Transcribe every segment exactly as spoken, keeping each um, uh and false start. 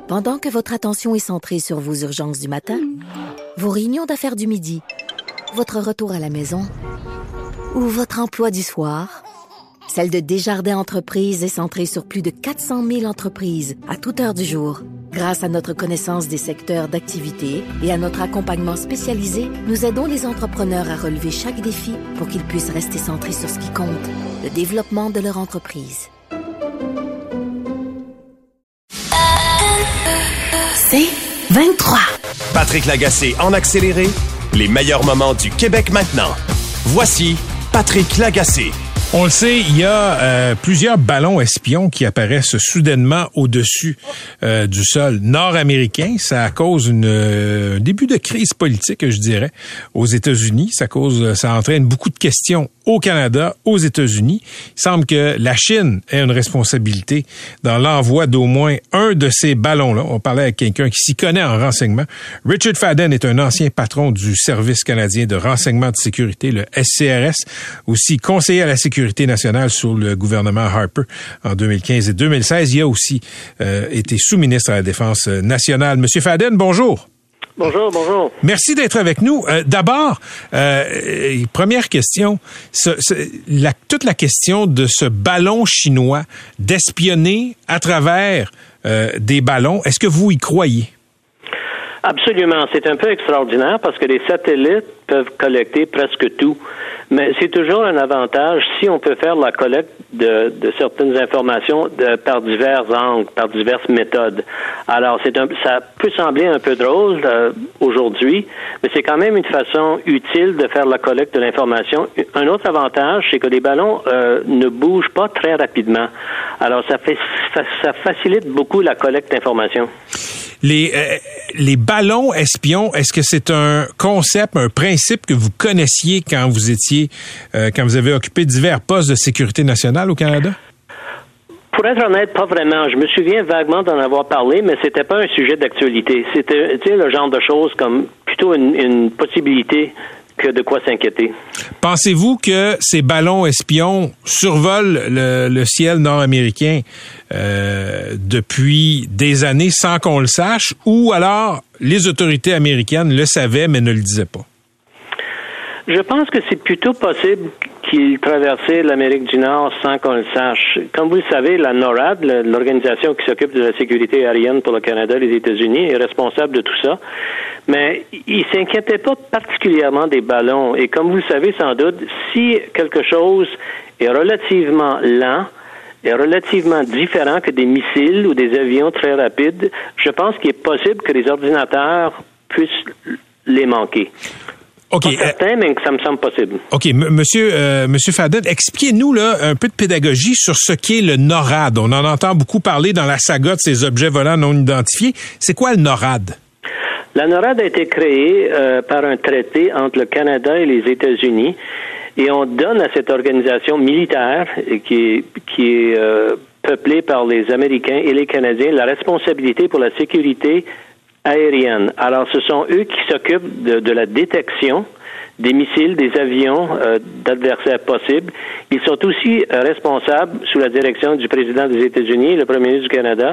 Pendant que votre attention est centrée sur vos urgences du matin, vos réunions d'affaires du midi, votre retour à la maison ou votre emploi du soir, celle de Desjardins Entreprises est centrée sur plus de quatre cent mille entreprises à toute heure du jour. Grâce à notre connaissance des secteurs d'activité et à notre accompagnement spécialisé, nous aidons les entrepreneurs à relever chaque défi pour qu'ils puissent rester centrés sur ce qui compte, le développement de leur entreprise. C'est vingt-trois. Patrick Lagacé en accéléré, les meilleurs moments du Québec maintenant. Voici Patrick Lagacé. On le sait, il y a euh, plusieurs ballons espions qui apparaissent soudainement au-dessus euh, du sol nord-américain. Ça cause une, euh, un début de crise politique, je dirais, aux États-Unis. Ça cause, ça entraîne beaucoup de questions au Canada, aux États-Unis. Il semble que la Chine ait une responsabilité dans l'envoi d'au moins un de ces ballons-là. On parlait avec quelqu'un qui s'y connaît en renseignement. Richard Fadden est un ancien patron du Service canadien de renseignement de sécurité, le S C R S, aussi conseiller à la sécurité nationale sous le gouvernement Harper en deux mille quinze et deux mille seize. Il a aussi euh, été sous-ministre à la Défense nationale. Monsieur Fadden, bonjour. Bonjour, bonjour. Merci d'être avec nous. Euh, d'abord, euh, première question, ce, ce, la, toute la question de ce ballon chinois d'espionner à travers euh, des ballons, est-ce que vous y croyez? Absolument. C'est un peu extraordinaire parce que les satellites peuvent collecter presque tout. Mais c'est toujours un avantage si on peut faire la collecte de, de certaines informations de, par divers angles, par diverses méthodes. Alors, c'est un, ça peut sembler un peu drôle euh, aujourd'hui, mais c'est quand même une façon utile de faire la collecte de l'information. Un autre avantage, c'est que les ballons euh, ne bougent pas très rapidement. Alors, ça fait ça facilite beaucoup la collecte d'informations. Les, euh, les ballons espions, est-ce que c'est un concept, un principe que vous connaissiez quand vous étiez, euh, quand vous avez occupé divers postes de sécurité nationale au Canada? Pour être honnête, pas vraiment. Je me souviens vaguement d'en avoir parlé, mais c'était pas un sujet d'actualité. C'était, tu sais, le genre de choses comme plutôt une, une possibilité que de quoi s'inquiéter. Pensez-vous que ces ballons espions survolent le, le ciel nord-américain euh, depuis des années sans qu'on le sache, ou alors les autorités américaines le savaient mais ne le disaient pas? Je pense que c'est plutôt possible qu'ils traversaient l'Amérique du Nord sans qu'on le sache. Comme vous le savez, la NORAD, l'organisation qui s'occupe de la sécurité aérienne pour le Canada et les États-Unis, est responsable de tout ça. Mais ils s'inquiétaient pas particulièrement des ballons. Et comme vous le savez sans doute, si quelque chose est relativement lent, est relativement différent que des missiles ou des avions très rapides, je pense qu'il est possible que les ordinateurs puissent les manquer. Okay, pas certain, euh, mais que ça me semble possible. OK. M- monsieur, euh, monsieur Fadden, expliquez-nous là un peu de pédagogie sur ce qu'est le NORAD. On en entend beaucoup parler dans la saga de ces objets volants non identifiés. C'est quoi le NORAD? La NORAD a été créée euh, par un traité entre le Canada et les États-Unis et on donne à cette organisation militaire qui est, qui est euh, peuplée par les Américains et les Canadiens la responsabilité pour la sécurité aérienne. Alors, ce sont eux qui s'occupent de, de la détection des missiles, des avions euh, d'adversaires possibles. Ils sont aussi euh, responsables, sous la direction du président des États-Unis et le premier ministre du Canada,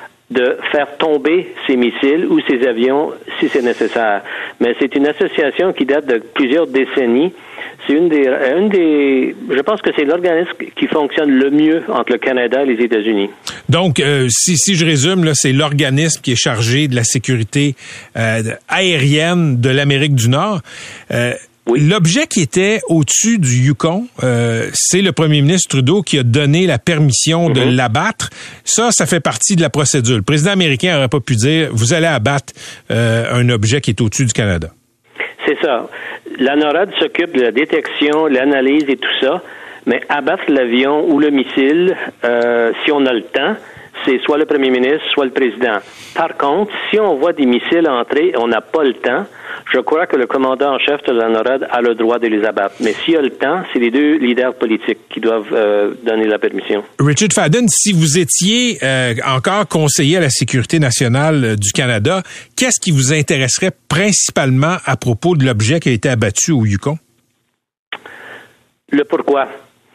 de faire tomber ces missiles ou ces avions si c'est nécessaire. Mais c'est une association qui date de plusieurs décennies. C'est une des, une des, je pense que c'est l'organisme qui fonctionne le mieux entre le Canada et les États-Unis. Donc, euh, si, si je résume, là, c'est l'organisme qui est chargé de la sécurité euh, aérienne de l'Amérique du Nord. Euh, Oui. L'objet qui était au-dessus du Yukon, euh, c'est le premier ministre Trudeau qui a donné la permission mm-hmm. de l'abattre. Ça, ça fait partie de la procédure. Le président américain n'aurait pas pu dire « vous allez abattre euh, un objet qui est au-dessus du Canada ». C'est ça. La NORAD s'occupe de la détection, l'analyse et tout ça, mais abattre l'avion ou le missile, euh, si on a le temps, c'est soit le premier ministre, soit le président. Par contre, si on voit des missiles entrer et on n'a pas le temps, je crois que le commandant en chef de la NORAD a le droit de les abattre. Mais s'il y a le temps, c'est les deux leaders politiques qui doivent euh, donner la permission. Richard Fadden, si vous étiez euh, encore conseiller à la sécurité nationale du Canada, qu'est-ce qui vous intéresserait principalement à propos de l'objet qui a été abattu au Yukon? Le pourquoi.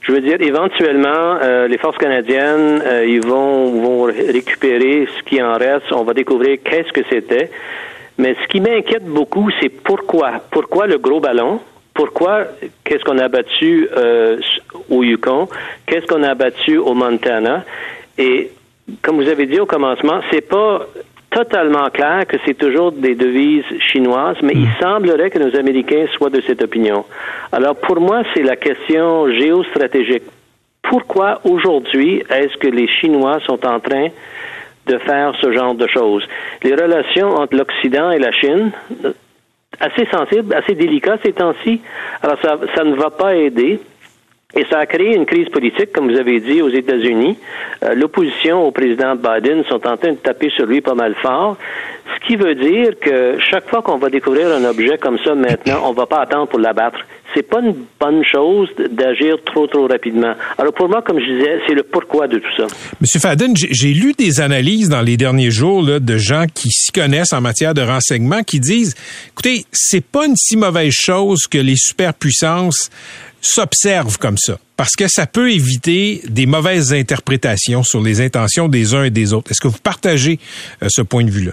Je veux dire, éventuellement, euh, les forces canadiennes, euh, ils vont, vont récupérer ce qui en reste. On va découvrir qu'est-ce que c'était. Mais ce qui m'inquiète beaucoup, c'est pourquoi. Pourquoi le gros ballon? Pourquoi, qu'est-ce qu'on a abattu euh, au Yukon? Qu'est-ce qu'on a abattu au Montana? Et comme vous avez dit au commencement, c'est pas totalement clair que c'est toujours des devises chinoises, mais il semblerait que nos Américains soient de cette opinion. Alors pour moi, c'est la question géostratégique. Pourquoi aujourd'hui est-ce que les Chinois sont en train de faire ce genre de choses? Les relations entre l'Occident et la Chine, assez sensibles, assez délicates ces temps-ci, alors ça, ça ne va pas aider. Et ça a créé une crise politique, comme vous avez dit, aux États-Unis. Euh, l'opposition au président Biden sont en train de taper sur lui pas mal fort, ce qui veut dire que chaque fois qu'on va découvrir un objet comme ça maintenant, on va pas attendre pour l'abattre. C'est pas une bonne chose d'agir trop, trop rapidement. Alors pour moi, comme je disais, c'est le pourquoi de tout ça. Monsieur Fadden, j'ai, j'ai lu des analyses dans les derniers jours là, de gens qui s'y connaissent en matière de renseignement qui disent, écoutez, c'est pas une si mauvaise chose que les superpuissances s'observent comme ça, parce que ça peut éviter des mauvaises interprétations sur les intentions des uns et des autres. Est-ce que vous partagez euh, ce point de vue-là?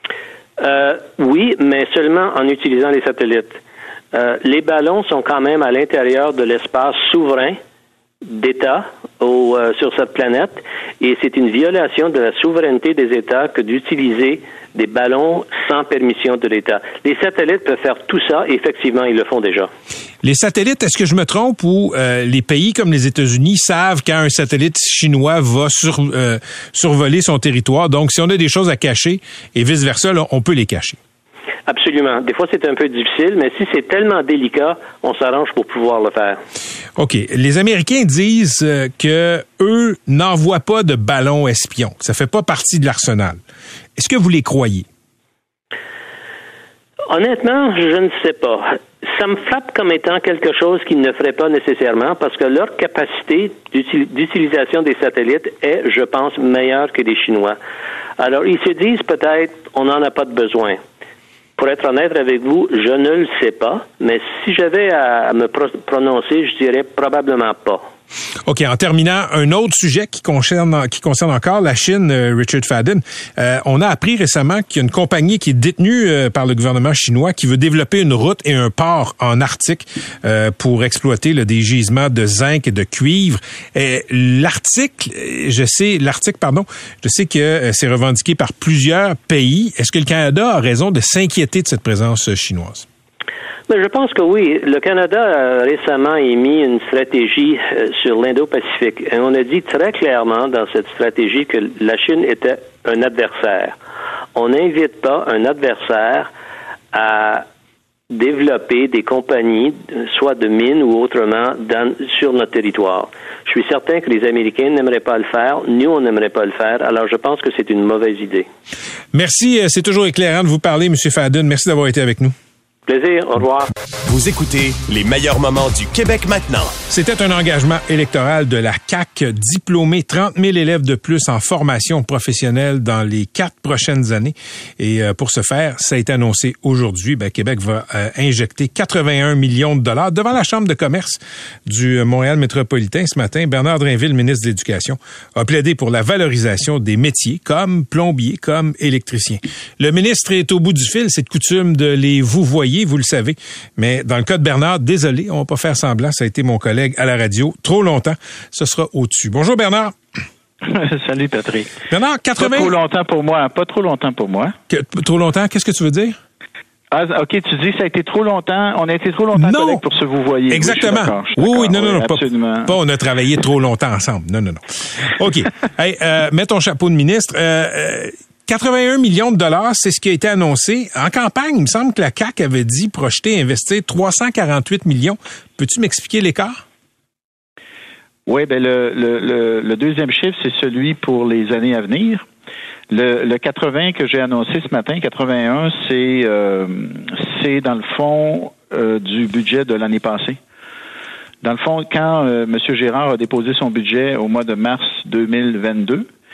Euh, oui, mais seulement en utilisant les satellites. Euh, les ballons sont quand même à l'intérieur de l'espace souverain d'États au, euh, sur cette planète, et c'est une violation de la souveraineté des États que d'utiliser des ballons sans permission de l'État. Les satellites peuvent faire tout ça, et effectivement, ils le font déjà. Les satellites, est-ce que je me trompe, ou euh, les pays comme les États-Unis savent quand un satellite chinois va sur, euh, survoler son territoire? Donc, si on a des choses à cacher et vice-versa, là, on peut les cacher. Absolument. Des fois, c'est un peu difficile, mais si c'est tellement délicat, on s'arrange pour pouvoir le faire. OK. Les Américains disent euh, que eux n'envoient pas de ballons espions. Ça fait pas partie de l'arsenal. Est-ce que vous les croyez? Honnêtement, je ne sais pas. Ça me frappe comme étant quelque chose qu'ils ne feraient pas nécessairement parce que leur capacité d'utilisation des satellites est, je pense, meilleure que les Chinois. Alors, ils se disent peut-être, on n'en a pas de besoin. Pour être honnête avec vous, je ne le sais pas, mais si j'avais à me pro- prononcer, je dirais probablement pas. OK. En terminant, un autre sujet qui concerne, qui concerne encore la Chine, euh, Richard Fadden. Euh, on a appris récemment qu'il y a une compagnie qui est détenue euh, par le gouvernement chinois qui veut développer une route et un port en Arctique euh, pour exploiter là, des gisements de zinc et de cuivre. Euh, L'Arctique, je sais, l'Arctique, pardon, je sais que euh, c'est revendiqué par plusieurs pays. Est-ce que le Canada a raison de s'inquiéter de cette présence chinoise? Mais je pense que oui. Le Canada a récemment émis une stratégie sur l'Indo-Pacifique. Et on a dit très clairement dans cette stratégie que la Chine était un adversaire. On n'invite pas un adversaire à développer des compagnies, soit de mines ou autrement, dans, sur notre territoire. Je suis certain que les Américains n'aimeraient pas le faire. Nous, on n'aimerait pas le faire. Alors, je pense que c'est une mauvaise idée. Merci. C'est toujours éclairant de vous parler, M. Fadden. Merci d'avoir été avec nous. Plaisir, au revoir. Vous écoutez les meilleurs moments du Québec maintenant. C'était un engagement électoral de la C A Q, diplômé trente mille élèves de plus en formation professionnelle dans les quatre prochaines années. Et euh, pour ce faire, ça a été annoncé aujourd'hui, ben, Québec va euh, injecter quatre-vingt-un millions de dollars devant la Chambre de commerce du Montréal métropolitain. Ce matin, Bernard Drinville, ministre de l'Éducation, a plaidé pour la valorisation des métiers comme plombier, comme électricien. Le ministre est au bout du fil, c'est de coutume de les vouvoyer, vous le savez. Mais dans le cas de Bernard, désolé, on va pas faire semblant, ça a été mon collègue à la radio trop longtemps. Ce sera au-dessus. Bonjour Bernard. Salut Patrick. Bernard, quatre-vingts... Pas trop longtemps pour moi, pas trop longtemps pour moi. Que, trop longtemps, qu'est-ce que tu veux dire? Ah, OK, tu dis ça a été trop longtemps, on a été trop longtemps collègues pour se vous voyez. Exactement. Oui, oui, oui, non, non, non, absolument. Pas, pas on a travaillé trop longtemps ensemble. Non, non, non. OK. Hey, euh, mets ton chapeau de ministre. Euh, euh, quatre-vingt-un millions de dollars, c'est ce qui a été annoncé. En campagne, il me semble que la C A Q avait dit projeter investir trois cent quarante-huit millions. Peux-tu m'expliquer l'écart? Oui, ben le, le, le, le deuxième chiffre, c'est celui pour les années à venir. Le, le quatre-vingts que j'ai annoncé ce matin, quatre-vingt-un, c'est euh, c'est dans le fond euh, du budget de l'année passée. Dans le fond, quand euh, M. Gérard a déposé son budget au mois de mars deux mille vingt-deux,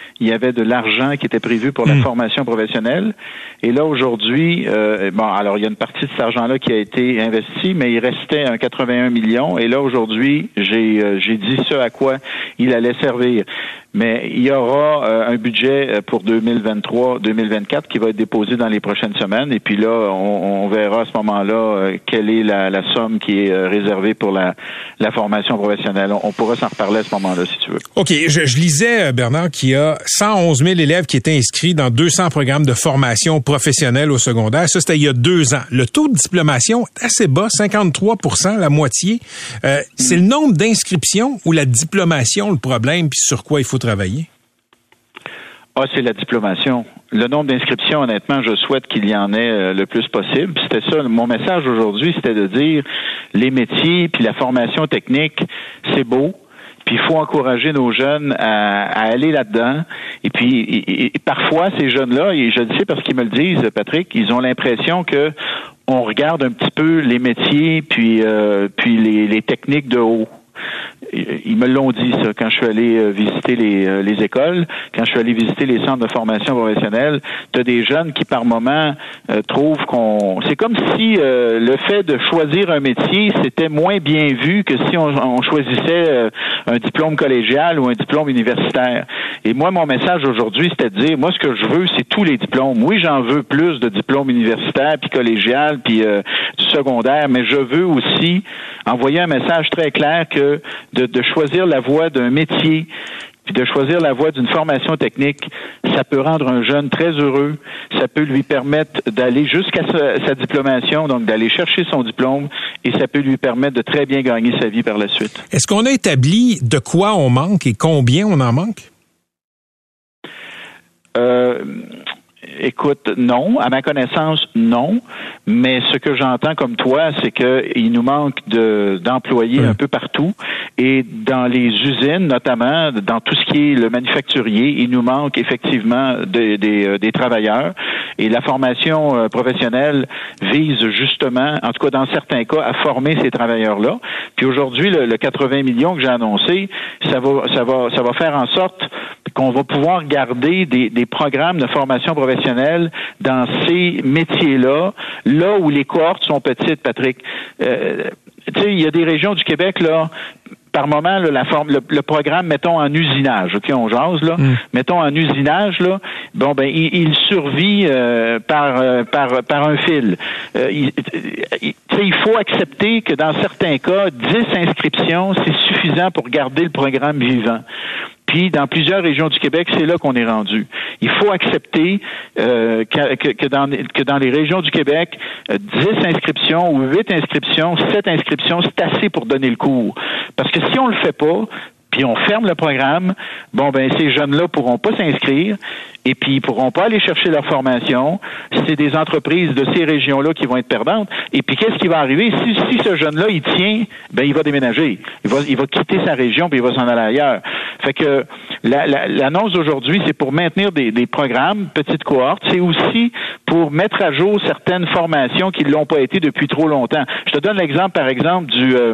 il y avait de l'argent qui était prévu pour mmh. la formation professionnelle. Et là, aujourd'hui, euh, bon, alors il y a une partie de cet argent-là qui a été investi, mais il restait un quatre-vingt-un millions. Et là, aujourd'hui, j'ai, euh, j'ai dit ce à quoi il allait servir. Mais il y aura euh, un budget pour deux mille vingt-trois deux mille vingt-quatre qui va être déposé dans les prochaines semaines. Et puis là, on, on verra à ce moment-là euh, quelle est la, la somme qui est euh, réservée pour la, la formation professionnelle. On, on pourra s'en reparler à ce moment-là, si tu veux. OK. Je, je lisais, Bernard, qu'il y a cent onze mille élèves qui étaient inscrits dans deux cents programmes de formation professionnelle au secondaire. Ça, c'était il y a deux ans. Le taux de diplomation est assez bas, cinquante-trois pour cent, la moitié. Euh, c'est le nombre d'inscriptions ou la diplomation le problème, puis sur quoi il faut travailler? Ah, c'est la diplomation. Le nombre d'inscriptions, honnêtement, je souhaite qu'il y en ait euh, le plus possible. Puis c'était ça, mon message aujourd'hui, c'était de dire les métiers puis la formation technique, c'est beau. Puis il faut encourager nos jeunes à, à aller là-dedans. Et puis et, et, parfois, ces jeunes-là, et je le sais parce qu'ils me le disent, Patrick, ils ont l'impression que on regarde un petit peu les métiers puis euh, puis les, les techniques de haut. Ils me l'ont dit, ça, quand je suis allé visiter les, les écoles, quand je suis allé visiter les centres de formation professionnelle. Tu as des jeunes qui, par moment, euh, trouvent qu'on... C'est comme si euh, le fait de choisir un métier, c'était moins bien vu que si on, on choisissait euh, un diplôme collégial ou un diplôme universitaire. Et moi, mon message aujourd'hui, c'était de dire, moi, ce que je veux, c'est tous les diplômes. Oui, j'en veux plus de diplômes universitaires, puis collégial, puis euh, du secondaire, mais je veux aussi envoyer un message très clair que de, de choisir la voie d'un métier, puis de choisir la voie d'une formation technique, ça peut rendre un jeune très heureux, ça peut lui permettre d'aller jusqu'à sa, sa diplomation, donc d'aller chercher son diplôme, et ça peut lui permettre de très bien gagner sa vie par la suite. Est-ce qu'on a établi de quoi on manque et combien on en manque? Euh... Écoute, non. À ma connaissance, non. Mais ce que j'entends comme toi, c'est qu'il nous manque de, d'employés mmh. un peu partout. Et dans les usines, notamment, dans tout ce qui est le manufacturier, il nous manque effectivement des, des, des travailleurs. Et la formation professionnelle vise justement, en tout cas dans certains cas, à former ces travailleurs-là. Puis aujourd'hui, le, le quatre-vingts millions que j'ai annoncé, ça va, ça va, ça va faire en sorte qu'on va pouvoir garder des, des programmes de formation professionnelle dans ces métiers-là, là où les cohortes sont petites, Patrick. Euh, tu sais, il y a des régions du Québec, là, par moment, là, la forme, le, le programme, mettons, en usinage, OK, on jase, là, mm. mettons en usinage, là, bon, ben, il, il survit euh, par, euh, par, par un fil. Euh, il, il, il faut accepter que dans certains cas, dix inscriptions, c'est suffisant pour garder le programme vivant. Puis, dans plusieurs régions du Québec, c'est là qu'on est rendu. Il faut accepter euh, que, que, que, dans, que dans les régions du Québec, dix inscriptions ou huit inscriptions, sept inscriptions, c'est assez pour donner le cours. Parce que si on le fait pas, puis on ferme le programme, bon, ben ces jeunes-là pourront pas s'inscrire et puis ils pourront pas aller chercher leur formation. C'est des entreprises de ces régions-là qui vont être perdantes. Et puis qu'est-ce qui va arriver? Si, si ce jeune-là, il tient, ben il va déménager. Il va, il va quitter sa région puis il va s'en aller ailleurs. Fait que la, la, l'annonce d'aujourd'hui, c'est pour maintenir des, des programmes, petites cohortes. C'est aussi pour mettre à jour certaines formations qui ne l'ont pas été depuis trop longtemps. Je te donne l'exemple, par exemple, du... Euh,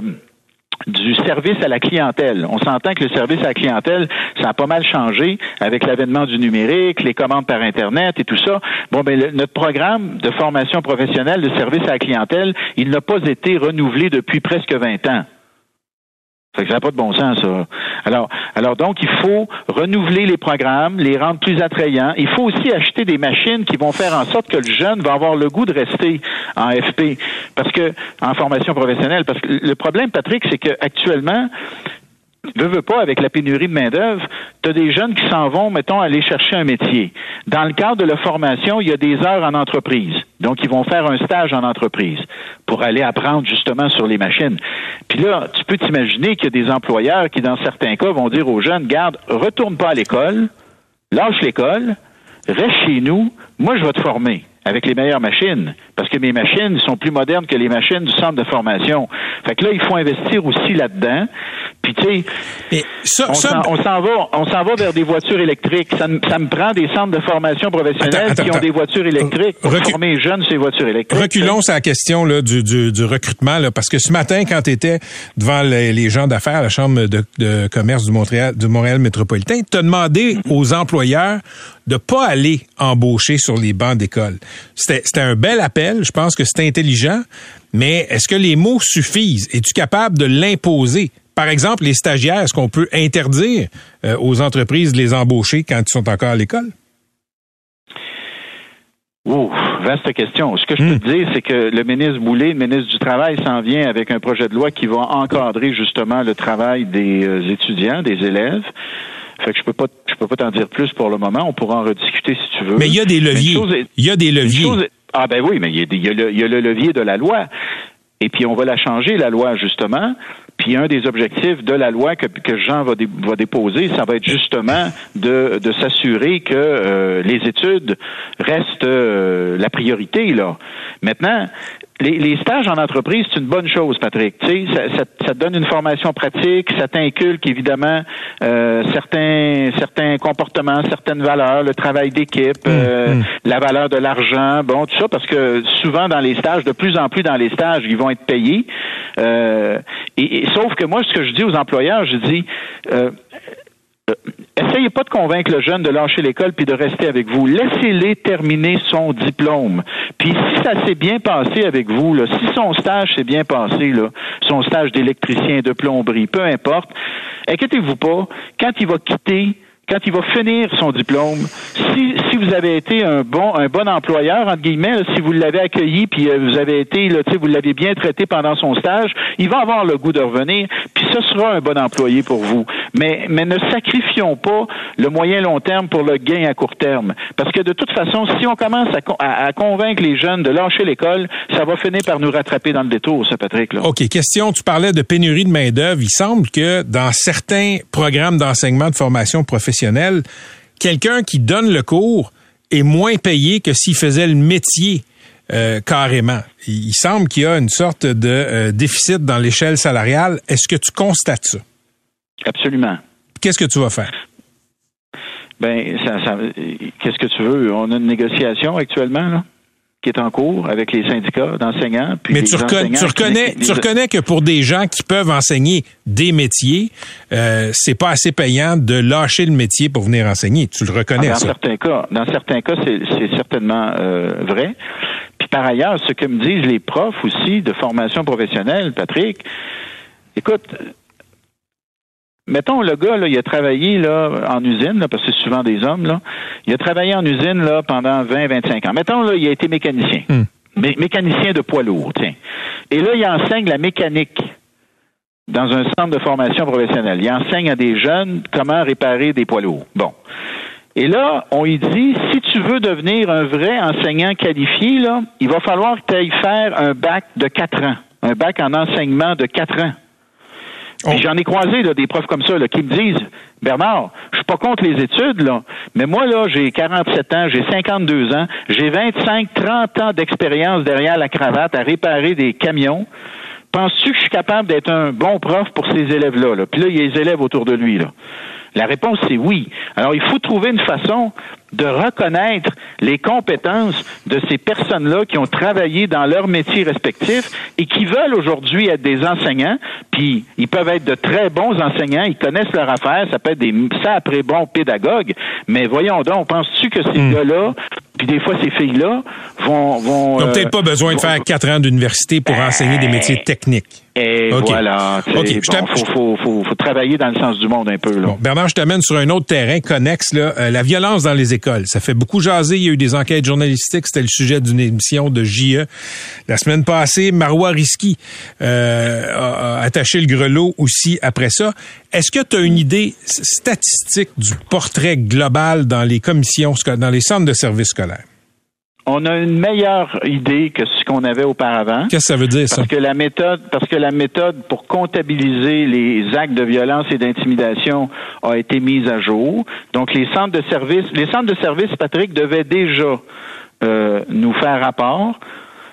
du service à la clientèle. On s'entend que le service à la clientèle, ça a pas mal changé avec l'avènement du numérique, les commandes par Internet et tout ça. Bon, ben le, notre programme de formation professionnelle de service à la clientèle, il n'a pas été renouvelé depuis presque vingt ans. Fait que ça n'a pas de bon sens, ça. Alors, alors donc, il faut renouveler les programmes, les rendre plus attrayants. Il faut aussi acheter des machines qui vont faire en sorte que le jeune va avoir le goût de rester en F P. Parce que, en formation professionnelle, parce que le problème, Patrick, c'est que actuellement, veux, veux pas, avec la pénurie de main-d'œuvre, tu as des jeunes qui s'en vont, mettons, aller chercher un métier. Dans le cadre de la formation, il y a des heures en entreprise. Donc, ils vont faire un stage en entreprise pour aller apprendre justement sur les machines. Puis là, tu peux t'imaginer qu'il y a des employeurs qui, dans certains cas, vont dire aux jeunes, garde, retourne pas à l'école, lâche l'école, reste chez nous, moi, je vais te former avec les meilleures machines, parce que mes machines sont plus modernes que les machines du centre de formation. Fait que là, il faut investir aussi là-dedans. Puis tu sais, ça, on, ça, s'en, on s'en va, on s'en va vers des voitures électriques. Ça, ça me prend des centres de formation professionnelle attends, attends, qui ont attends. des voitures électriques pour Recu- former les jeunes sur les voitures électriques. Reculons sur la question là, du, du, du recrutement, là, parce que ce matin, quand tu étais devant les, les gens d'affaires à la Chambre de, de commerce du Montréal, du Montréal métropolitain, tu as demandé mm-hmm. aux employeurs de pas aller embaucher sur les bancs d'école. C'était, c'était un bel appel, je pense que c'était intelligent, mais est-ce que les mots suffisent? Es-tu capable de l'imposer? Par exemple, les stagiaires, est-ce qu'on peut interdire euh, aux entreprises de les embaucher quand ils sont encore à l'école? Oh, vaste question. Ce que je peux mmh. te dire, c'est que le ministre Boulay, le ministre du Travail, s'en vient avec un projet de loi qui va encadrer justement le travail des euh, étudiants, des élèves. Fait que je peux pas, je peux pas t'en dire plus pour le moment. On pourra en rediscuter si tu veux. Mais il y a des leviers. Est, il y a des leviers. Chose, ah ben oui, mais il y, a, il, y a le, il y a le levier de la loi. Et puis on va la changer, la loi, justement. Puis un des objectifs de la loi que, que Jean va, dé, va déposer, ça va être justement de, de s'assurer que euh, les études restent euh, la priorité, là. Maintenant, les, les stages en entreprise, c'est une bonne chose, Patrick. Tu sais, ça, ça, ça te donne une formation pratique, ça t'inculque évidemment euh, certains certains comportements, certaines valeurs, le travail d'équipe, euh, mmh. la valeur de l'argent, bon, tout ça, parce que souvent dans les stages, de plus en plus dans les stages, ils vont être payés. Euh, et, et sauf que moi, ce que je dis aux employeurs, je dis euh, Euh, essayez pas de convaincre le jeune de lâcher l'école puis de rester avec vous. Laissez-les terminer son diplôme. Puis si ça s'est bien passé avec vous, là, si son stage s'est bien passé, là, son stage d'électricien, de plomberie, peu importe, inquiétez-vous pas, quand il va quitter, quand il va finir son diplôme, si si vous avez été un bon un bon employeur entre guillemets, là, si vous l'avez accueilli puis euh, vous avez été là, tu sais, vous l'avez bien traité pendant son stage, il va avoir le goût de revenir, puis ce sera un bon employé pour vous. Mais mais ne sacrifions pas le moyen long terme pour le gain à court terme, parce que de toute façon, si on commence à, à, à convaincre les jeunes de lâcher l'école, ça va finir par nous rattraper dans le détour, ça, Patrick. Là. OK, question, tu parlais de pénurie de main-d'œuvre. Il semble que dans certains programmes d'enseignement de formation professionnelle, quelqu'un qui donne le cours est moins payé que s'il faisait le métier euh, carrément. Il, il semble qu'il y a une sorte de euh, déficit dans l'échelle salariale. Est-ce que tu constates ça? Absolument. Qu'est-ce que tu vas faire? Ben, ça, ça, qu'est-ce que tu veux? On a une négociation actuellement, là, qui est en cours avec les syndicats d'enseignants. Puis mais tu, recon- tu reconnais, les... tu reconnais que pour des gens qui peuvent enseigner des métiers, euh, c'est pas assez payant de lâcher le métier pour venir enseigner. Tu le reconnais, ah, dans ça? Certains cas, dans certains cas, c'est, c'est certainement euh, vrai. Puis par ailleurs, ce que me disent les profs aussi de formation professionnelle, Patrick, écoute, mettons, le gars, là, il a travaillé là, en usine, là, parce que c'est souvent des hommes, là. Il a travaillé en usine là, pendant vingt à vingt-cinq ans. Mettons, là, il a été mécanicien. Mm. Mé- mécanicien de poids lourd, tiens. Et là, il enseigne la mécanique dans un centre de formation professionnelle. Il enseigne à des jeunes comment réparer des poids lourds. Bon. Et là, on lui dit, si tu veux devenir un vrai enseignant qualifié, là, il va falloir que tu ailles faire un bac de quatre ans. Un bac en enseignement de quatre ans. Puis j'en ai croisé là, des profs comme ça là, qui me disent, Bernard, je suis pas contre les études, là, mais moi, là, j'ai quarante-sept ans, j'ai cinquante-deux ans, j'ai vingt-cinq, trente ans d'expérience derrière la cravate à réparer des camions. Penses-tu que je suis capable d'être un bon prof pour ces élèves-là? Là? Puis là, il y a des élèves autour de lui, là. La réponse, c'est oui. Alors, il faut trouver une façon de reconnaître les compétences de ces personnes-là qui ont travaillé dans leurs métiers respectifs et qui veulent aujourd'hui être des enseignants, puis ils peuvent être de très bons enseignants, ils connaissent leur affaire, ça peut être des saprés bons pédagogues, mais voyons donc, penses-tu que ces mmh. gars-là, puis des fois ces filles-là, vont... vont Ils n'ont euh, peut-être pas besoin vont, de faire quatre ans d'université pour euh, enseigner des métiers techniques. Et okay. voilà. Okay. Bon, faut, faut, faut, faut travailler dans le sens du monde un peu. Là. Bon, Bernard, je t'amène sur un autre terrain connexe, là, euh, la violence dans les écoles. Ça fait beaucoup jaser. Il y a eu des enquêtes journalistiques. C'était le sujet d'une émission de J E. La semaine passée, Marois Risky euh, a, a attaché le grelot aussi après ça. Est-ce que tu as une idée statistique du portrait global dans les commissions, dans les centres de services scolaires? On a une meilleure idée que ce qu'on avait auparavant. Qu'est-ce que ça veut dire, ça? Parce que la méthode, parce que la méthode pour comptabiliser les actes de violence et d'intimidation a été mise à jour. Donc, les centres de services, les centres de services, Patrick, devaient déjà euh, nous faire rapport.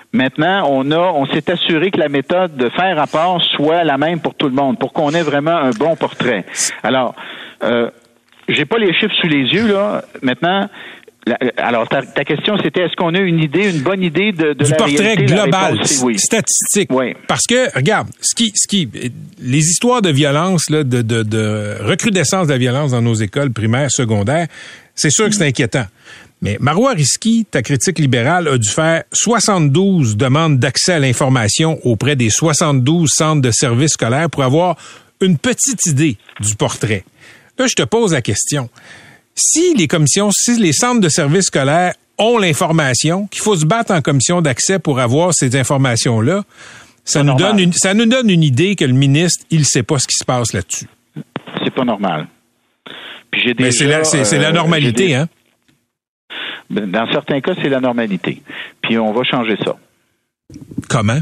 Maintenant, on a, on s'est assuré que la méthode de faire rapport soit la même pour tout le monde, pour qu'on ait vraiment un bon portrait. Alors, euh, j'ai pas les chiffres sous les yeux, là. Maintenant, la, alors, ta, ta question, c'était est-ce qu'on a une idée, une bonne idée de, de du la portrait réalité, global, réponse, oui. statistique. Oui. Parce que, regarde, ce qui, ce qui, les histoires de violence, là, de, de, de recrudescence de la violence dans nos écoles primaires, secondaires, c'est sûr que c'est inquiétant. Mais Marois Risky, ta critique libérale, a dû faire soixante-douze demandes d'accès à l'information auprès des soixante-douze centres de services scolaires pour avoir une petite idée du portrait. Là, je te pose la question. Si les commissions, si les centres de services scolaires ont l'information, qu'il faut se battre en commission d'accès pour avoir ces informations-là, ça nous donne une, ça nous donne une idée que le ministre, il sait pas ce qui se passe là-dessus. C'est pas normal. Puis j'ai déjà, Mais c'est la, c'est, c'est la normalité, des... hein? Dans certains cas, c'est la normalité. Puis on va changer ça. Comment?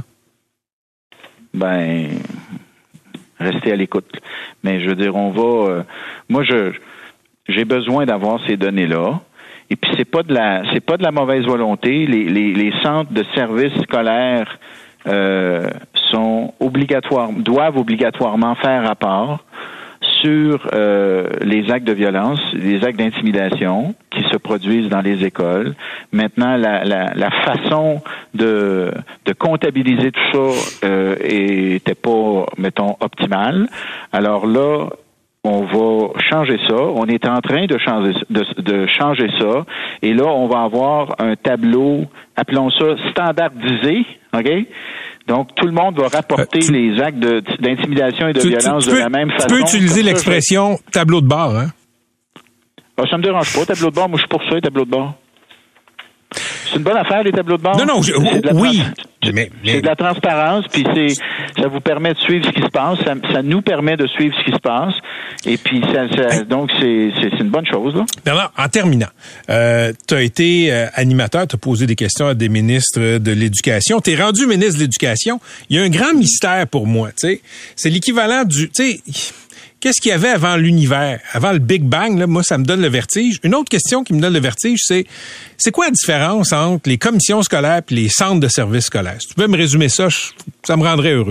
Ben, restez à l'écoute. Mais je veux dire, on va... Euh, moi, je j'ai besoin d'avoir ces données-là. Et puis, c'est pas de la c'est pas de la mauvaise volonté. Les, les, les centres de services scolaires euh, sont obligatoires, doivent obligatoirement faire rapport sur euh, les actes de violence, les actes d'intimidation qui se produisent dans les écoles. Maintenant, la, la, la façon de, de comptabiliser tout ça euh, était pas, mettons, optimale. Alors là, on va changer ça. On est en train de changer, de, de changer ça. Et là, on va avoir un tableau, appelons ça standardisé, OK? Donc, tout le monde va rapporter euh, tu, les actes de, d'intimidation et de tu, violence tu, tu de peux, la même façon. Tu peux utiliser l'expression je... tableau de bord, hein? Ah, ça me dérange pas, tableau de bord. Moi, je suis pour ça, les tableaux de bord. C'est une bonne affaire, les tableaux de bord? Non, non, je, oui. C'est, mais, mais... c'est de la transparence, puis c'est, ça vous permet de suivre ce qui se passe. Ça, ça nous permet de suivre ce qui se passe. Et puis, ça, ça, donc, c'est, c'est, c'est une bonne chose, là. Bernard, en terminant, euh, tu as été euh, animateur, tu as posé des questions à des ministres de l'Éducation. Tu es rendu ministre de l'Éducation. Il y a un grand mystère pour moi, tu sais. C'est l'équivalent du... tu sais, qu'est-ce qu'il y avait avant l'univers, avant le Big Bang? Là, moi, ça me donne le vertige. Une autre question qui me donne le vertige, c'est c'est quoi la différence entre les commissions scolaires et les centres de services scolaires? Si tu pouvais me résumer ça, je, ça me rendrait heureux.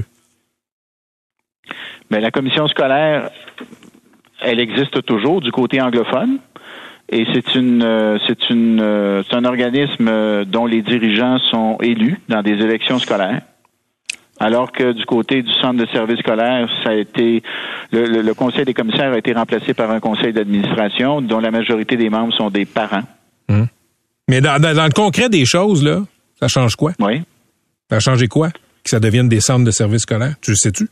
Bien, la commission scolaire, elle existe toujours du côté anglophone. Et c'est une, c'est une, c'est un organisme dont les dirigeants sont élus dans des élections scolaires. Alors que du côté du centre de services scolaires, ça a été le, le, le conseil des commissaires a été remplacé par un conseil d'administration dont la majorité des membres sont des parents. Hum. Mais dans, dans, dans le concret des choses, là, ça change quoi? Oui. Ça a changé quoi? Que ça devienne des centres de services scolaires? Tu le sais-tu?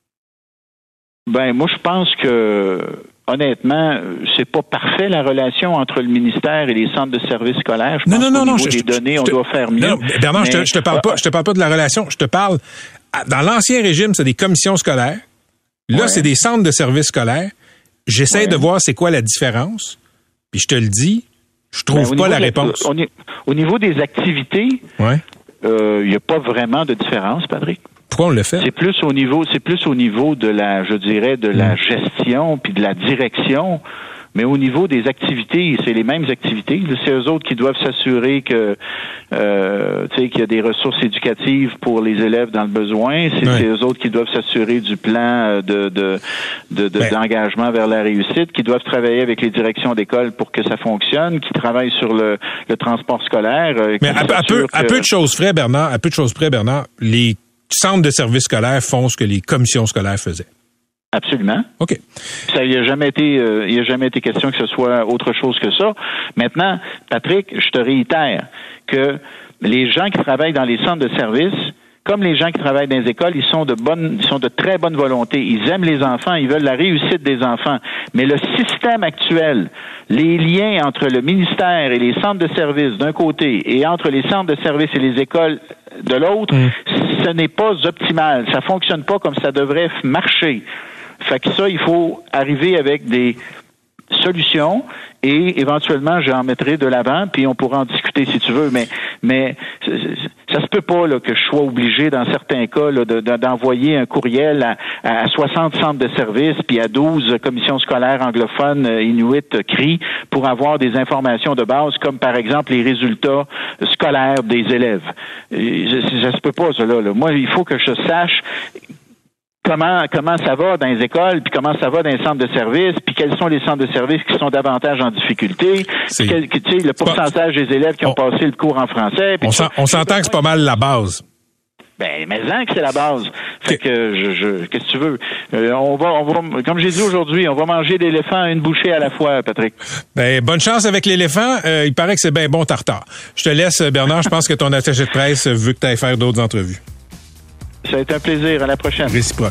Ben, moi, je pense que honnêtement, c'est pas parfait la relation entre le ministère et les centres de services scolaires. Je non, pense non, non, qu'au non. niveau Je, des je, données, je, on je, doit faire mieux. Non, Bernard, mais, je, te, je te parle pas, je te parle pas de la relation. Je te parle. Dans l'ancien régime, c'est des commissions scolaires. Là, ouais. c'est des centres de services scolaires. J'essaie ouais. de voir c'est quoi la différence. Puis je te le dis, je trouve ben, pas la réponse. On est, au niveau des activités, il ouais. euh, y a pas vraiment de différence, Patrick. Pourquoi on le fait? C'est plus au niveau, c'est plus au niveau de la, je dirais, de la gestion puis de la direction. Mais au niveau des activités, c'est les mêmes activités. C'est eux autres qui doivent s'assurer que, euh, tu sais, qu'il y a des ressources éducatives pour les élèves dans le besoin. C'est, ouais. c'est eux autres qui doivent s'assurer du plan de, de, de, de ben. d'engagement vers la réussite, qui doivent travailler avec les directions d'école pour que ça fonctionne, qui travaillent sur le, le transport scolaire. Mais à, à peu, que... à peu de choses près, Bernard, à peu de choses près, Bernard, les centres de services scolaires font ce que les commissions scolaires faisaient. Absolument. OK. Ça, il n'y a jamais été, euh, il y a jamais été question que ce soit autre chose que ça. Maintenant, Patrick, je te réitère que les gens qui travaillent dans les centres de services, comme les gens qui travaillent dans les écoles, ils sont de bonne, ils sont de très bonne volonté. Ils aiment les enfants, ils veulent la réussite des enfants. Mais le système actuel, les liens entre le ministère et les centres de services d'un côté et entre les centres de services et les écoles de l'autre, mmh. ce n'est pas optimal. Ça fonctionne pas comme ça devrait marcher. Fait que ça, il faut arriver avec des solution et éventuellement j'en mettrai de l'avant puis on pourra en discuter si tu veux, mais mais ça se peut pas là que je sois obligé dans certains cas là, de, de, d'envoyer un courriel à, à soixante centres de services puis à douze commissions scolaires anglophones euh, inuit euh, C R I pour avoir des informations de base comme par exemple les résultats scolaires des élèves. Et, ça, ça se peut pas ça là, là. Moi il faut que je sache Comment comment ça va dans les écoles, puis comment ça va dans les centres de services, puis quels sont les centres de services qui sont davantage en difficulté, puis quel, tu sais, le pourcentage des élèves qui ont on, passé le cours en français. On, s'en, on s'entend que c'est pas mal la base. Ben, mais en que c'est la base. Fait que je, je qu'est-ce que tu veux? Euh, on va, on va, comme j'ai dit aujourd'hui, on va manger l'éléphant à une bouchée à la fois, Patrick. Ben, bonne chance avec l'éléphant. Euh, il paraît que c'est bien bon tartare. Je te laisse, Bernard. Je pense que ton attaché de presse veut que tu ailles faire d'autres entrevues. Ça a été un plaisir. À la prochaine. Réciproque.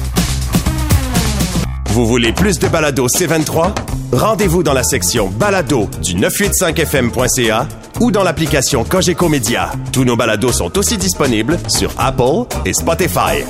Vous voulez plus de balado C vingt-trois? Rendez-vous dans la section balado du neuf cent quatre-vingt-cinq F M point C A ou dans l'application Cogeco Média. Tous nos balados sont aussi disponibles sur Apple et Spotify.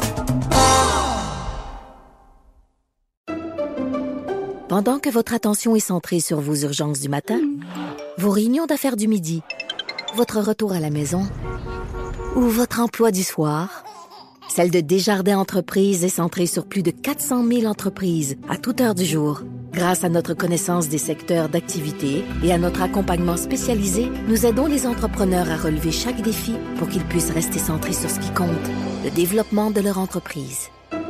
Pendant que votre attention est centrée sur vos urgences du matin, vos réunions d'affaires du midi, votre retour à la maison ou votre emploi du soir, celle de Desjardins Entreprises est centrée sur plus de quatre cent mille entreprises à toute heure du jour. Grâce à notre connaissance des secteurs d'activité et à notre accompagnement spécialisé, nous aidons les entrepreneurs à relever chaque défi pour qu'ils puissent rester centrés sur ce qui compte, le développement de leur entreprise.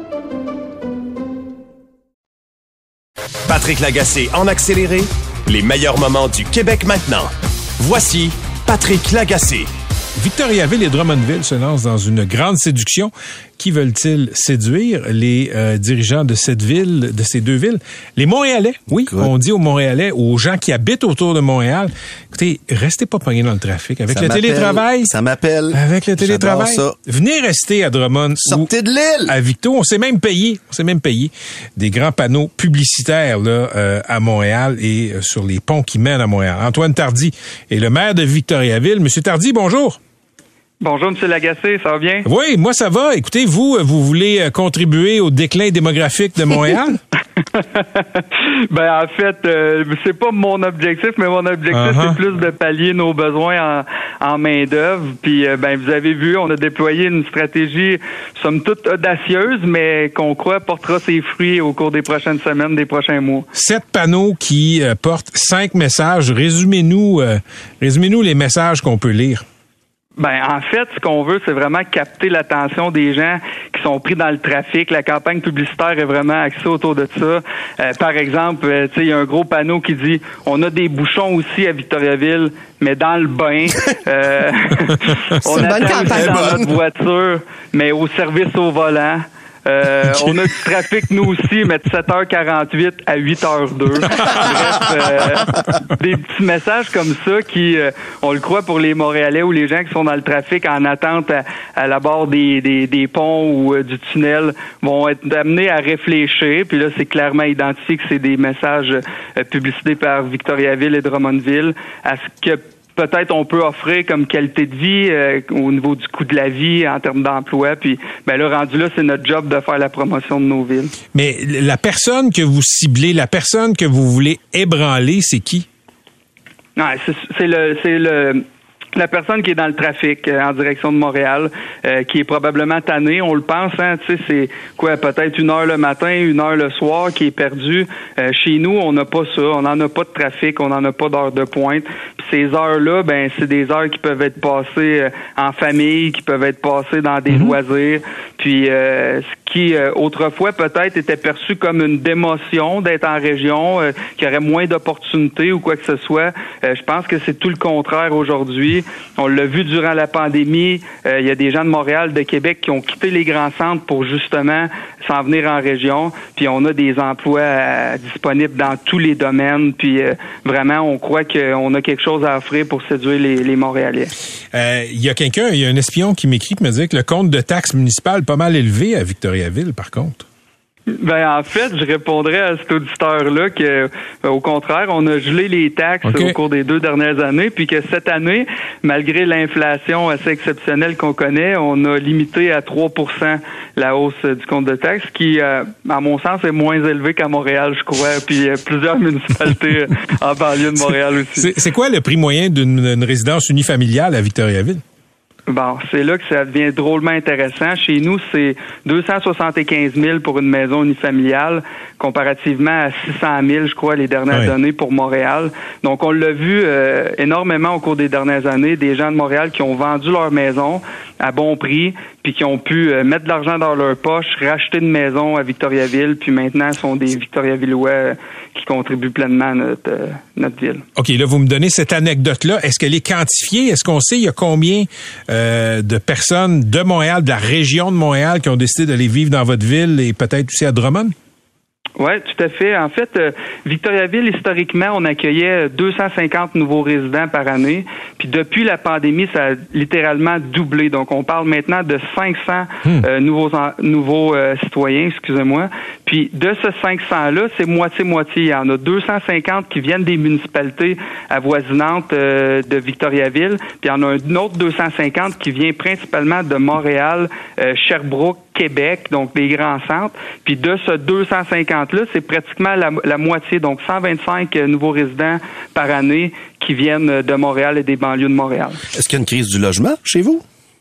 Patrick Lagacé en accéléré, les meilleurs moments du Québec maintenant. Voici Patrick Lagacé. Victoriaville et Drummondville se lancent dans une grande séduction. Qui veulent-ils séduire? Les euh, dirigeants de cette ville, de ces deux villes. Les Montréalais, oui, Good. On dit aux Montréalais, aux gens qui habitent autour de Montréal, écoutez, restez pas pognés dans le trafic. Avec ça le télétravail... Ça m'appelle. Avec le télétravail. Ça. Venez rester à Drummond. Sortez de l'île! À Victo. On s'est même payé, on s'est même payé des grands panneaux publicitaires là euh, à Montréal et euh, sur les ponts qui mènent à Montréal. Antoine Tardy est le maire de Victoriaville. Monsieur Tardy, bonjour. Bonjour, M. Lagacé, ça va bien? Oui, moi ça va. Écoutez, vous, vous voulez contribuer au déclin démographique de Montréal? Ben en fait, euh, c'est pas mon objectif, mais mon objectif uh-huh. c'est plus de pallier nos besoins en, en main d'œuvre. Puis euh, ben vous avez vu, on a déployé une stratégie somme toute audacieuse, mais qu'on croit portera ses fruits au cours des prochaines semaines, des prochains mois. Sept panneaux qui euh, portent cinq messages. Résumez-nous, euh, résumez-nous les messages qu'on peut lire. Ben en fait, ce qu'on veut, c'est vraiment capter l'attention des gens qui sont pris dans le trafic. La campagne publicitaire est vraiment axée autour de ça. Euh, par exemple, euh, tu sais, il y a un gros panneau qui dit « On a des bouchons aussi à Victoriaville, mais dans le bain. Euh, on attend aussi dans notre voiture, mais au service au volant. » Euh, okay. On a du trafic, nous aussi, mais de sept heures quarante-huit à huit heures deux. Bref, euh, des petits messages comme ça qui, euh, on le croit pour les Montréalais ou les gens qui sont dans le trafic en attente à, à la barre des, des, des ponts ou euh, du tunnel, vont être amenés à réfléchir. Puis là, c'est clairement identifié que c'est des messages euh, publicités par Victoriaville et Drummondville à ce que peut-être on peut offrir comme qualité de vie euh, au niveau du coût de la vie en termes d'emploi. Puis ben là, rendu là, c'est notre job de faire la promotion de nos villes. Mais la personne que vous ciblez, la personne que vous voulez ébranler, c'est qui? Non, c'est, c'est le c'est le la personne qui est dans le trafic euh, en direction de Montréal, euh, qui est probablement tannée, on le pense, hein, tu sais, c'est quoi, peut-être une heure le matin, une heure le soir, qui est perdue. Euh, chez nous, on n'a pas ça, on n'en a pas de trafic, on n'en a pas d'heures de pointe. Puis ces heures-là, ben, c'est des heures qui peuvent être passées euh, en famille, qui peuvent être passées dans des mm-hmm. loisirs. Puis euh, ce qui euh, autrefois peut-être était perçu comme une démotion d'être en région, euh, qui aurait moins d'opportunités ou quoi que ce soit. Euh, je pense que c'est tout le contraire aujourd'hui. On l'a vu durant la pandémie, euh, il y a des gens de Montréal, de Québec qui ont quitté les grands centres pour justement s'en venir en région. Puis on a des emplois euh, disponibles dans tous les domaines. Puis euh, vraiment, on croit qu'on a quelque chose à offrir pour séduire les, les Montréalais. Euh, il y a quelqu'un, il y a un espion qui m'écrit, qui me dit que le compte de taxes municipales est pas mal élevé à Victoriaville, par contre. Ben en fait, je répondrais à cet auditeur-là que, euh, au contraire, on a gelé les taxes okay. au cours des deux dernières années, puis que cette année, malgré l'inflation assez exceptionnelle qu'on connaît, on a limité à trois pour cent la hausse du compte de taxes, qui, euh, à mon sens, est moins élevé qu'à Montréal, je crois, puis euh, plusieurs municipalités en banlieue de Montréal aussi. C'est, c'est quoi le prix moyen d'une, d'une résidence unifamiliale à Victoriaville? Bon, c'est là que ça devient drôlement intéressant. Chez nous, c'est deux cent soixante-quinze mille pour une maison unifamiliale, comparativement à six cent mille, je crois, les dernières ouais. années pour Montréal. Donc, on l'a vu euh, énormément au cours des dernières années, des gens de Montréal qui ont vendu leur maison à bon prix, puis qui ont pu euh, mettre de l'argent dans leur poche, racheter une maison à Victoriaville, puis maintenant sont des Victoriavillois euh, qui contribuent pleinement à notre, euh, notre ville. OK, là, vous me donnez cette anecdote-là. Est-ce qu'elle est quantifiée? Est-ce qu'on sait il y a combien euh, de personnes de Montréal, de la région de Montréal, qui ont décidé d'aller vivre dans votre ville et peut-être aussi à Drummond? Oui, tout à fait. En fait, euh, Victoriaville, historiquement, on accueillait deux cent cinquante nouveaux résidents par année. Puis depuis la pandémie, ça a littéralement doublé. Donc, on parle maintenant de cinq cents hmm. euh, nouveaux en, nouveaux euh, citoyens, excusez-moi. Puis de ce cinq cents-là, c'est moitié-moitié. Il y en a deux cent cinquante qui viennent des municipalités avoisinantes euh, de Victoriaville. Puis il y en a un autre deux cent cinquante qui vient principalement de Montréal, euh, Sherbrooke, Québec, donc des grands centres. Puis de ce deux cent cinquante-là, c'est pratiquement la, la moitié, donc cent vingt-cinq nouveaux résidents par année qui viennent de Montréal et des banlieues de Montréal. Est-ce qu'il y a une crise du logement chez vous?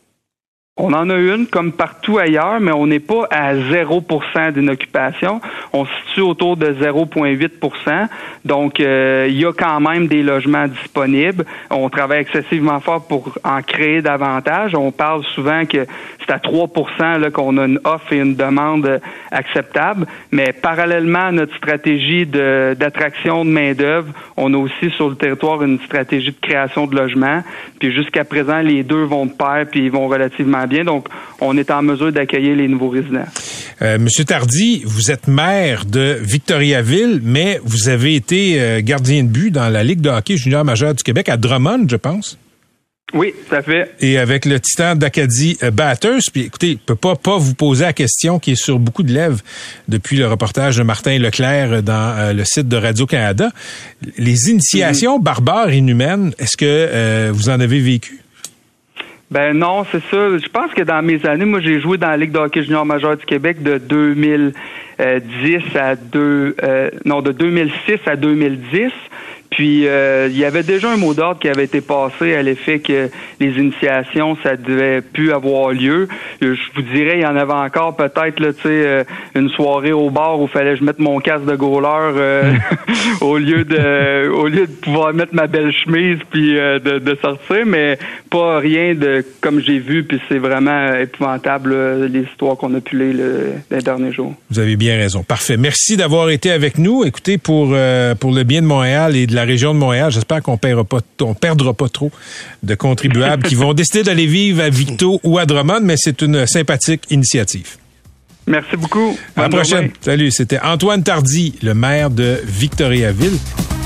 On en a une comme partout ailleurs, mais on n'est pas à zéro pour cent d'inoccupation. On se situe autour de zéro virgule huit pour cent. Donc, euh, il y a quand même des logements disponibles. On travaille excessivement fort pour en créer davantage. On parle souvent que c'est à trois pour cent là, qu'on a une offre et une demande acceptable. Mais parallèlement à notre stratégie de, d'attraction de main-d'œuvre, on a aussi sur le territoire une stratégie de création de logements. Puis jusqu'à présent, les deux vont de pair puis ils vont relativement bien. Donc, on est en mesure d'accueillir les nouveaux résidents. Euh, Monsieur Tardy, vous êtes maire de Victoriaville, mais vous avez été euh, gardien de but dans la Ligue de hockey junior majeur du Québec à Drummond, je pense. Oui, ça fait. Et avec le Titan d'Acadie euh, Batters. Puis écoutez, je peux pas pas vous poser la question qui est sur beaucoup de lèvres depuis le reportage de Martin Leclerc dans euh, le site de Radio-Canada. Les initiations mm-hmm. barbares inhumaines, est-ce que euh, vous en avez vécu? Ben non, c'est ça. Je pense que dans mes années, moi j'ai joué dans la Ligue de hockey junior majeur du Québec de deux mille dix à deux euh, non de deux mille six à deux mille dix. Puis euh, il y avait déjà un mot d'ordre qui avait été passé à l'effet que les initiations, ça devait plus avoir lieu. Je vous dirais, il y en avait encore peut-être là, tu sais, euh, une soirée au bar où fallait que je mette mon casque de goaler euh, au lieu de au lieu de pouvoir mettre ma belle chemise puis euh, de, de sortir, mais pas rien de comme j'ai vu. Puis c'est vraiment épouvantable là, les histoires qu'on a pu lire le, les derniers jours. Vous avez bien raison. Parfait. Merci d'avoir été avec nous. Écoutez, pour euh, pour le bien de Montréal et de la région de Montréal, j'espère qu'on paiera pas, on perdra pas trop de contribuables qui vont décider d'aller vivre à Victo ou à Drummond, mais c'est une sympathique initiative. Merci beaucoup. À la prochaine. Journée. Salut, c'était Antoine Tardy, le maire de Victoriaville.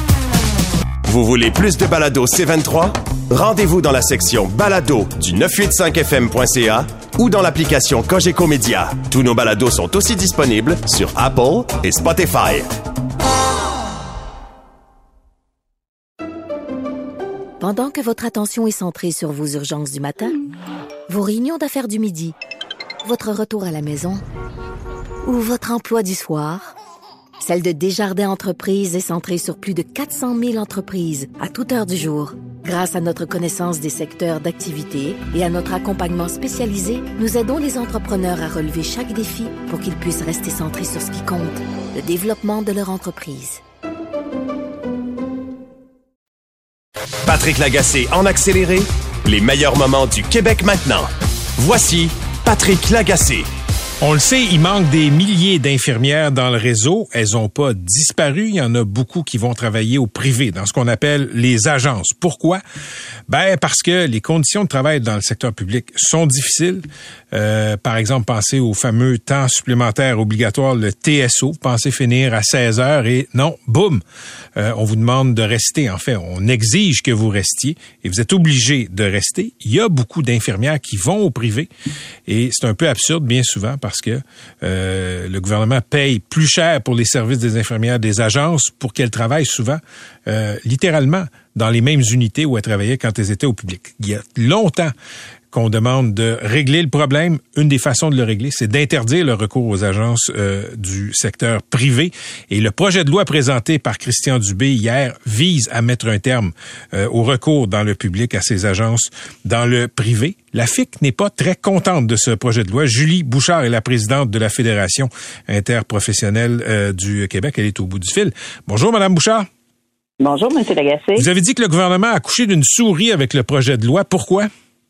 Vous voulez plus de balado C vingt-trois? Rendez-vous dans la section balado du neuf cent quatre-vingt-cinq F M point C A ou dans l'application Cogeco Média. Tous nos balados sont aussi disponibles sur Apple et Spotify. Pendant que votre attention est centrée sur vos urgences du matin, vos réunions d'affaires du midi, votre retour à la maison ou votre emploi du soir, celle de Desjardins Entreprises est centrée sur plus de quatre cent mille entreprises à toute heure du jour. Grâce à notre connaissance des secteurs d'activité et à notre accompagnement spécialisé, nous aidons les entrepreneurs à relever chaque défi pour qu'ils puissent rester centrés sur ce qui compte, le développement de leur entreprise. Patrick Lagacé en accéléré, les meilleurs moments du Québec maintenant. Voici Patrick Lagacé. On le sait, il manque des milliers d'infirmières dans le réseau. Elles n'ont pas disparu. Il y en a beaucoup qui vont travailler au privé, dans ce qu'on appelle les agences. Pourquoi? Ben parce que les conditions de travail dans le secteur public sont difficiles. Euh, par exemple, pensez au fameux temps supplémentaire obligatoire, le T S O. Pensez finir à seize heures et non, boum, euh, on vous demande de rester. En fait, on exige que vous restiez et vous êtes obligé de rester. Il y a beaucoup d'infirmières qui vont au privé et c'est un peu absurde bien souvent parce que euh, le gouvernement paye plus cher pour les services des infirmières des agences pour qu'elles travaillent souvent, euh, littéralement, dans les mêmes unités où elles travaillaient quand elles étaient au public. Il y a longtemps qu'on demande de régler le problème. Une des façons de le régler, c'est d'interdire le recours aux agences euh, du secteur privé. Et le projet de loi présenté par Christian Dubé hier vise à mettre un terme euh, au recours dans le public à ces agences dans le privé. La F I C n'est pas très contente de ce projet de loi. Julie Bouchard est la présidente de la Fédération interprofessionnelle euh, du Québec. Elle est au bout du fil. Bonjour, Madame Bouchard. Bonjour, M. Lagacé. Vous avez dit que le gouvernement a accouché d'une souris avec le projet de loi. Pourquoi?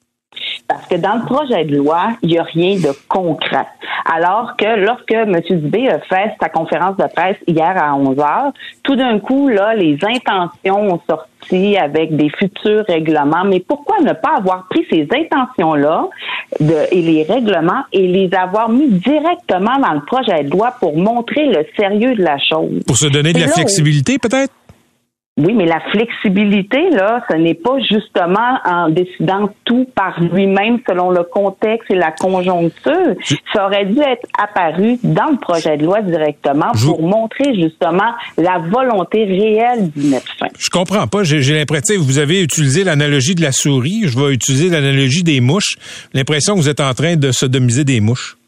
Parce que dans le projet de loi, il n'y a rien de concret. Alors que lorsque M. Dubé a fait sa conférence de presse hier à onze heures, tout d'un coup, là, les intentions ont sorti avec des futurs règlements. Mais pourquoi ne pas avoir pris ces intentions-là de, et les règlements et les avoir mis directement dans le projet de loi pour montrer le sérieux de la chose? Pour se donner de et la là, flexibilité, peut-être? Oui, mais la flexibilité, là, ce n'est pas justement en décidant tout par lui-même selon le contexte et la conjoncture. Je... Ça aurait dû être apparu dans le projet de loi directement Je... pour montrer justement la volonté réelle d'y mettre fin. Je comprends pas. J'ai, j'ai l'impression que vous avez utilisé l'analogie de la souris. Je vais utiliser l'analogie des mouches. J'ai l'impression que vous êtes en train de sodomiser des mouches.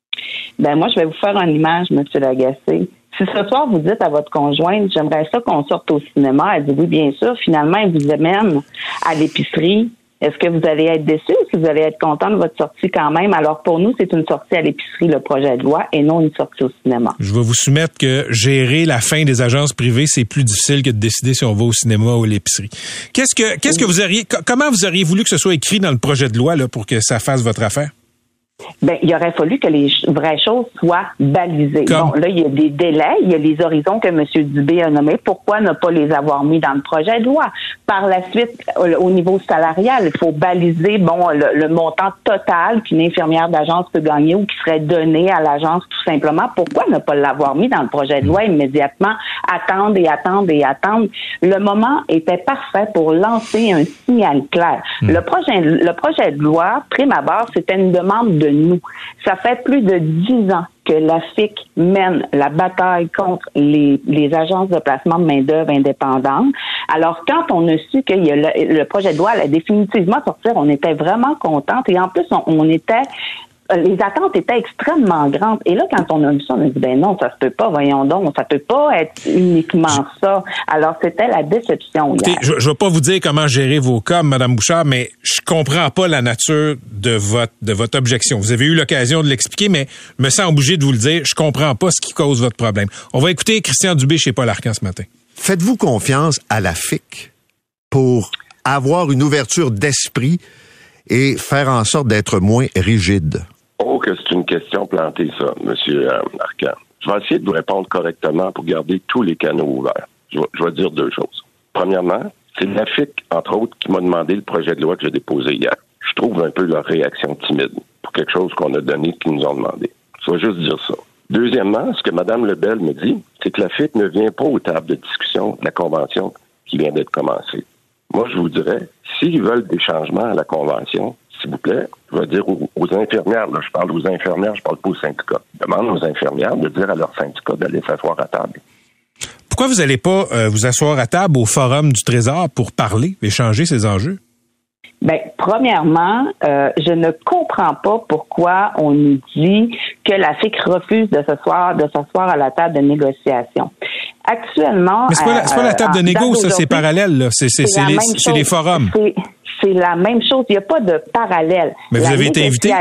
Ben moi, je vais vous faire une image, M. Lagacé. Si ce soir, vous dites à votre conjointe, j'aimerais ça qu'on sorte au cinéma, elle dit oui, bien sûr. Finalement, elle vous amène à l'épicerie. Est-ce que vous allez être déçu ou est-ce que vous allez être content de votre sortie quand même? Alors, pour nous, c'est une sortie à l'épicerie, le projet de loi, et non une sortie au cinéma. Je vais vous soumettre que gérer la fin des agences privées, c'est plus difficile que de décider si on va au cinéma ou à l'épicerie. Qu'est-ce que, qu'est-ce que vous auriez, comment vous auriez voulu que ce soit écrit dans le projet de loi, là, pour que ça fasse votre affaire? Ben, il aurait fallu que les vraies choses soient balisées. Comme? Bon, là, il y a des délais, il y a les horizons que M. Dubé a nommés. Pourquoi ne pas les avoir mis dans le projet de loi? Par la suite, au niveau salarial, il faut baliser, bon, le, le montant total qu'une infirmière d'agence peut gagner ou qui serait donné à l'agence tout simplement. Pourquoi ne pas l'avoir mis dans le projet de loi immédiatement? Attendre et attendre et attendre. Le moment était parfait pour lancer un signal clair. Mmh. Le projet, le projet de loi, prime abord, c'était une demande de nous. Ça fait plus de dix ans que la F I C mène la bataille contre les, les agences de placement de main-d'œuvre indépendantes. Alors, quand on a su que le, le projet de loi allait définitivement sortir, on était vraiment contente. Et en plus, on, on était... les attentes étaient extrêmement grandes. Et là, quand on a vu ça, on a dit, ben non, ça se peut pas, voyons donc, ça peut pas être uniquement ça. Alors, c'était la déception hier. Je, je vais pas vous dire comment gérer vos cas, Mme Bouchard, mais je comprends pas la nature de votre, de votre objection. Vous avez eu l'occasion de l'expliquer, mais je me sens obligé de vous le dire, je comprends pas ce qui cause votre problème. On va écouter Christian Dubé chez Paul Arcan ce matin. Faites-vous confiance à la F I C pour avoir une ouverture d'esprit et faire en sorte d'être moins rigide? Oh, que c'est une question plantée, ça, M. Arcan. Je vais essayer de vous répondre correctement pour garder tous les canaux ouverts. Je vais, je vais dire deux choses. Premièrement, c'est la F I C, entre autres, qui m'a demandé le projet de loi que j'ai déposé hier. Je trouve un peu leur réaction timide pour quelque chose qu'on a donné, qu'ils nous ont demandé. Je vais juste dire ça. Deuxièmement, ce que Mme Lebel me dit, c'est que la F I C ne vient pas aux tables de discussion de la Convention qui vient d'être commencée. Moi, je vous dirais, s'ils veulent des changements à la Convention, s'il vous plaît, je vais dire aux, aux infirmières, là, je parle aux infirmières, je parle pas aux syndicats. Je demande aux infirmières de dire à leurs syndicats d'aller s'asseoir à table. Pourquoi vous n'allez pas euh, vous asseoir à table au Forum du Trésor pour parler, échanger ces enjeux? Ben, premièrement, euh, je ne comprends pas pourquoi on nous dit que la F I C refuse de s'asseoir, de s'asseoir à la table de négociation. Actuellement, mais c'est pas la, c'est pas la table de négo, ça, c'est parallèle, là. C'est, c'est, c'est, c'est, les, c'est les forums. C'est, c'est la même chose. Il n'y a pas de parallèle. Mais vous la avez été invité?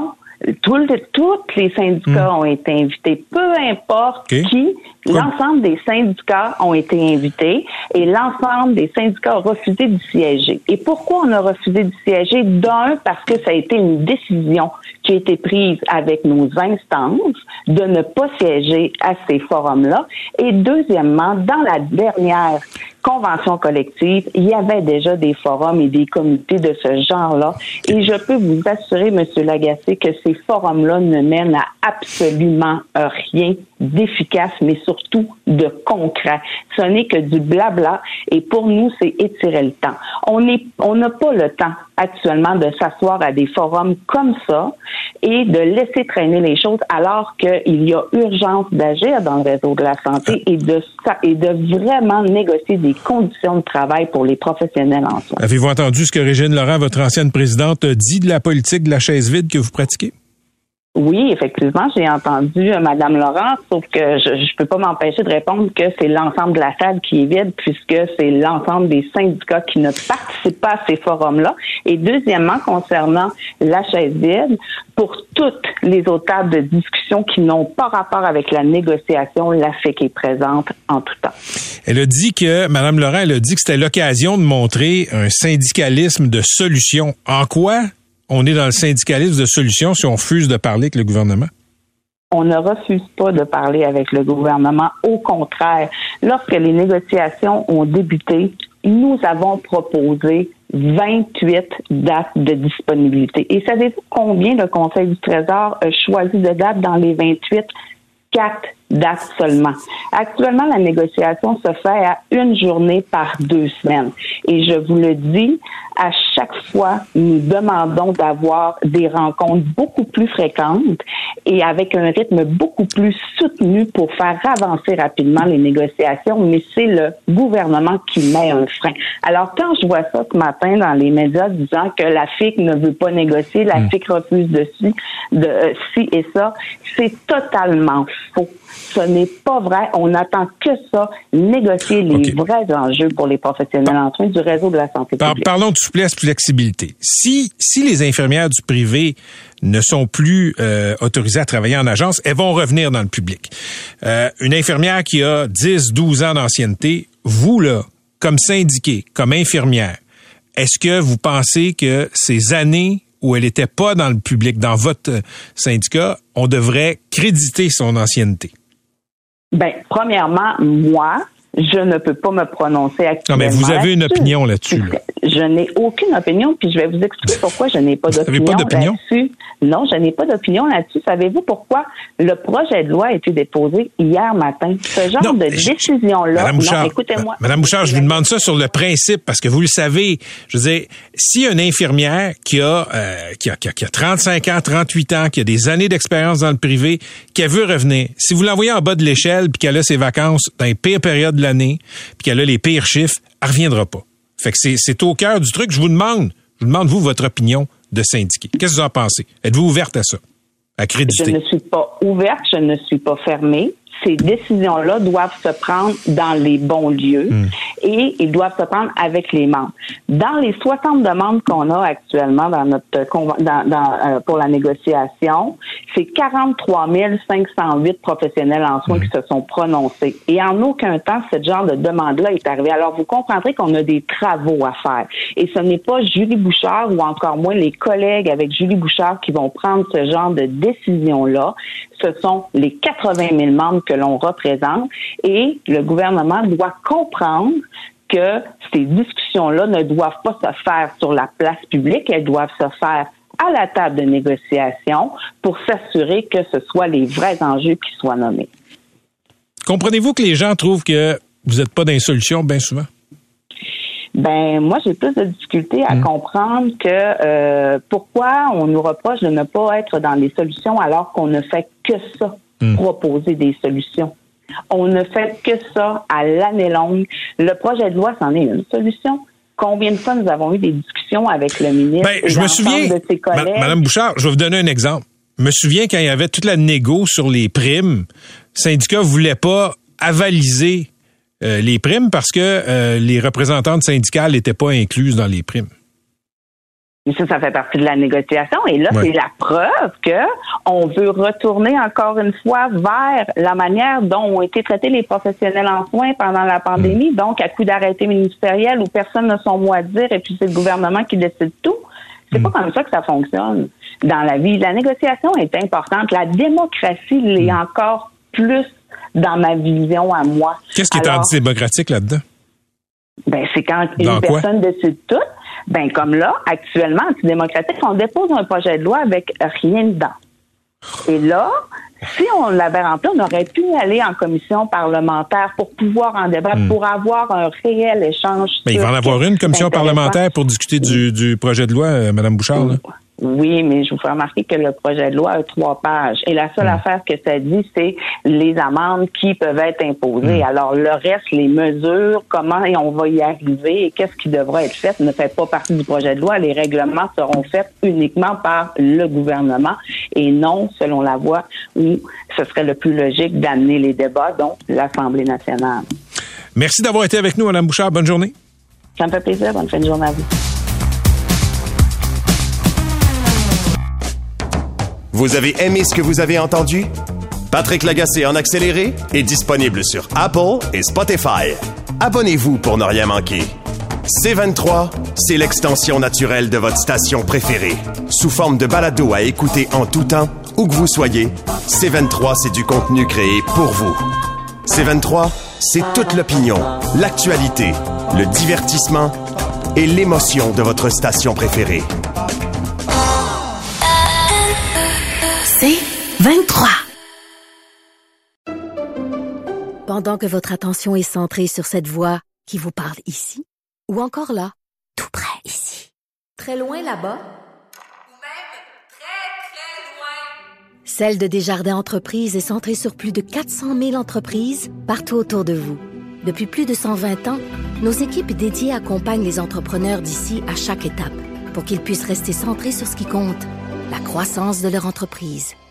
Tout le, tous les syndicats mmh. ont été invités. Peu importe okay. qui, cool. L'ensemble des syndicats ont été invités et l'ensemble des syndicats ont refusé de siéger. Et pourquoi on a refusé de siéger? D'un, parce que ça a été une décision qui a été prise avec nos instances de ne pas siéger à ces forums-là. Et deuxièmement, dans la dernière convention collective. Il y avait déjà des forums et des comités de ce genre-là. Et je peux vous assurer, M. Lagacé, que ces forums-là ne mènent à absolument rien d'efficace, mais surtout de concret. Ce n'est que du blabla. Et pour nous, c'est étirer le temps. On est, on n'a pas le temps actuellement de s'asseoir à des forums comme ça et de laisser traîner les choses alors qu'il y a urgence d'agir dans le réseau de la santé et de, et de vraiment négocier des conditions de travail pour les professionnels en soins. Avez-vous entendu ce que Régine Laurent, votre ancienne présidente, dit de la politique de la chaise vide que vous pratiquez? Oui, effectivement, j'ai entendu euh, Mme Laurent, sauf que je ne peux pas m'empêcher de répondre que c'est l'ensemble de la salle qui est vide puisque c'est l'ensemble des syndicats qui ne participent pas à ces forums-là. Et deuxièmement, concernant la chaise vide, pour toutes les autres tables de discussion qui n'ont pas rapport avec la négociation, la F I C est présente en tout temps. Elle a dit que, Mme Laurent, elle a dit que c'était l'occasion de montrer un syndicalisme de solution. En quoi on est dans le syndicalisme de solution si on refuse de parler avec le gouvernement? On ne refuse pas de parler avec le gouvernement. Au contraire, lorsque les négociations ont débuté, nous avons proposé vingt-huit dates de disponibilité. Et savez-vous combien le Conseil du Trésor a choisi de dates dans les vingt-huit? Quatre dates seulement. Actuellement, la négociation se fait à une journée par deux semaines. Et je vous le dis, à chaque fois, nous demandons d'avoir des rencontres beaucoup plus fréquentes et avec un rythme beaucoup plus soutenu pour faire avancer rapidement les négociations, mais c'est le gouvernement qui met un frein. Alors, quand je vois ça ce matin dans les médias disant que la F I C ne veut pas négocier, la F I C refuse de ci, de euh, ci et ça, c'est totalement faux. Ce n'est pas vrai. On n'attend que ça, négocier les okay. vrais enjeux pour les professionnels en soins du réseau de la santé Par, publique. Parlons de souplesse, flexibilité. Si, si les infirmières du privé ne sont plus euh, autorisées à travailler en agence, elles vont revenir dans le public. Euh, une infirmière qui a dix, douze ans d'ancienneté, vous, là, comme syndiqué, comme infirmière, est-ce que vous pensez que ces années où elle n'était pas dans le public, dans votre syndicat, on devrait créditer son ancienneté? Ben, premièrement, moi, je ne peux pas me prononcer actuellement. Non, mais vous avez une opinion là-dessus. Là. Je n'ai aucune opinion, puis je vais vous expliquer pourquoi je n'ai pas vous d'opinion, pas d'opinion là-dessus. Non, je n'ai pas d'opinion là-dessus. Savez-vous pourquoi le projet de loi a été déposé hier matin? Ce genre non, de décision-là... Madame Bouchard, non, écoutez-moi. Madame Bouchard, je vous demande ça sur le principe, parce que vous le savez, je veux dire, si une infirmière qui a, euh, qui a, qui a, qui a trente-cinq ans, trente-huit ans, qui a des années d'expérience dans le privé, qui veut revenir, si vous l'envoyez en bas de l'échelle puis qu'elle a ses vacances dans les pires périodes de l'année, puis qu'elle a les pires chiffres, elle reviendra pas. Fait que c'est, c'est au cœur du truc. Je vous demande, je vous demande, vous, votre opinion de syndiqué. Qu'est-ce que vous en pensez? Êtes-vous ouverte à ça? À créditer? Je ne suis pas ouverte, je ne suis pas fermée. Ces décisions-là doivent se prendre dans les bons lieux mmh. et ils doivent se prendre avec les membres. Dans les soixante demandes qu'on a actuellement dans notre dans, dans, euh, pour la négociation, c'est quarante-trois mille cinq cent huit professionnels en soins mmh. qui se sont prononcés. Et en aucun temps, ce genre de demande-là est arrivée. Alors, vous comprendrez qu'on a des travaux à faire. Et ce n'est pas Julie Bouchard ou encore moins les collègues avec Julie Bouchard qui vont prendre ce genre de décision-là. Ce sont les quatre-vingt mille membres que l'on représente et le gouvernement doit comprendre que ces discussions-là ne doivent pas se faire sur la place publique, elles doivent se faire à la table de négociation pour s'assurer que ce soit les vrais enjeux qui soient nommés. Comprenez-vous que les gens trouvent que vous n'êtes pas dans les solutions bien souvent? Ben moi, j'ai plus de difficulté à mmh. comprendre que euh, pourquoi on nous reproche de ne pas être dans les solutions alors qu'on ne fait que ça, mmh. proposer des solutions. On ne fait que ça à l'année longue. Le projet de loi, c'en est une solution. Combien de fois nous avons eu des discussions avec le ministre ben, et je me souviens, de ses collègues? Ma- Madame Bouchard, je vais vous donner un exemple. Je me souviens quand il y avait toute la négo sur les primes, le syndicat voulait pas avaliser Euh, les primes parce que euh, les représentantes syndicales n'étaient pas incluses dans les primes. Mais ça, ça fait partie de la négociation. Et là, ouais. c'est la preuve que on veut retourner encore une fois vers la manière dont ont été traités les professionnels en soins pendant la pandémie, mmh. donc à coup d'arrêté ministériel où personne n'a son mot à dire et puis c'est le gouvernement qui décide tout. C'est mmh. pas comme ça que ça fonctionne dans la vie. La négociation est importante. La démocratie l'est mmh. encore plus dans ma vision à moi. Qu'est-ce qui est Alors, antidémocratique là-dedans? Ben, c'est quand Dans une quoi? personne décide tout. Ben, comme là, actuellement, Antidémocratique, on dépose un projet de loi avec rien dedans. Et là, si on l'avait rempli, on aurait pu aller en commission parlementaire pour pouvoir en débattre, hmm. pour avoir un réel échange. Mais il va en avoir une commission parlementaire pour discuter du, du projet de loi, euh, Mme Bouchard, là. Oui, mais je vous fais remarquer que le projet de loi a trois pages. Et la seule mmh. affaire que ça dit, c'est les amendes qui peuvent être imposées. Mmh. Alors, le reste, les mesures, comment on va y arriver et qu'est-ce qui devra être fait ne fait pas partie du projet de loi. Les règlements seront faits uniquement par le gouvernement et non selon la voie où ce serait le plus logique d'amener les débats, donc l'Assemblée nationale. Merci d'avoir été avec nous, Mme Bouchard. Bonne journée. Ça me fait plaisir. Bonne fin de journée à vous. Vous avez aimé ce que vous avez entendu? Patrick Lagacé en accéléré est disponible sur Apple et Spotify. Abonnez-vous pour ne rien manquer. C vingt-trois, c'est l'extension naturelle de votre station préférée. Sous forme de balado à écouter en tout temps, où que vous soyez, C vingt-trois, c'est du contenu créé pour vous. C vingt-trois, c'est toute l'opinion, l'actualité, le divertissement et l'émotion de votre station préférée. C vingt-trois. Pendant que votre attention est centrée sur cette voix qui vous parle ici, ou encore là, tout près ici, très loin là-bas, ou même très, très loin, celle de Desjardins Entreprises est centrée sur plus de quatre cent mille entreprises partout autour de vous. Depuis plus de cent vingt ans, nos équipes dédiées accompagnent les entrepreneurs d'ici à chaque étape pour qu'ils puissent rester centrés sur ce qui compte, la croissance de leur entreprise.